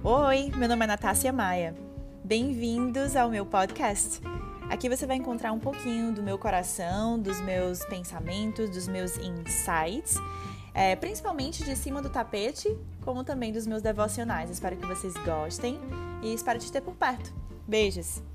Oi, meu nome é Natácia Maia. Bem-vindos ao meu podcast. Aqui você vai encontrar um pouquinho do meu coração, dos meus pensamentos, dos meus insights, principalmente de cima do tapete, como também dos meus devocionais. Espero que vocês gostem e espero te ter por perto. Beijos!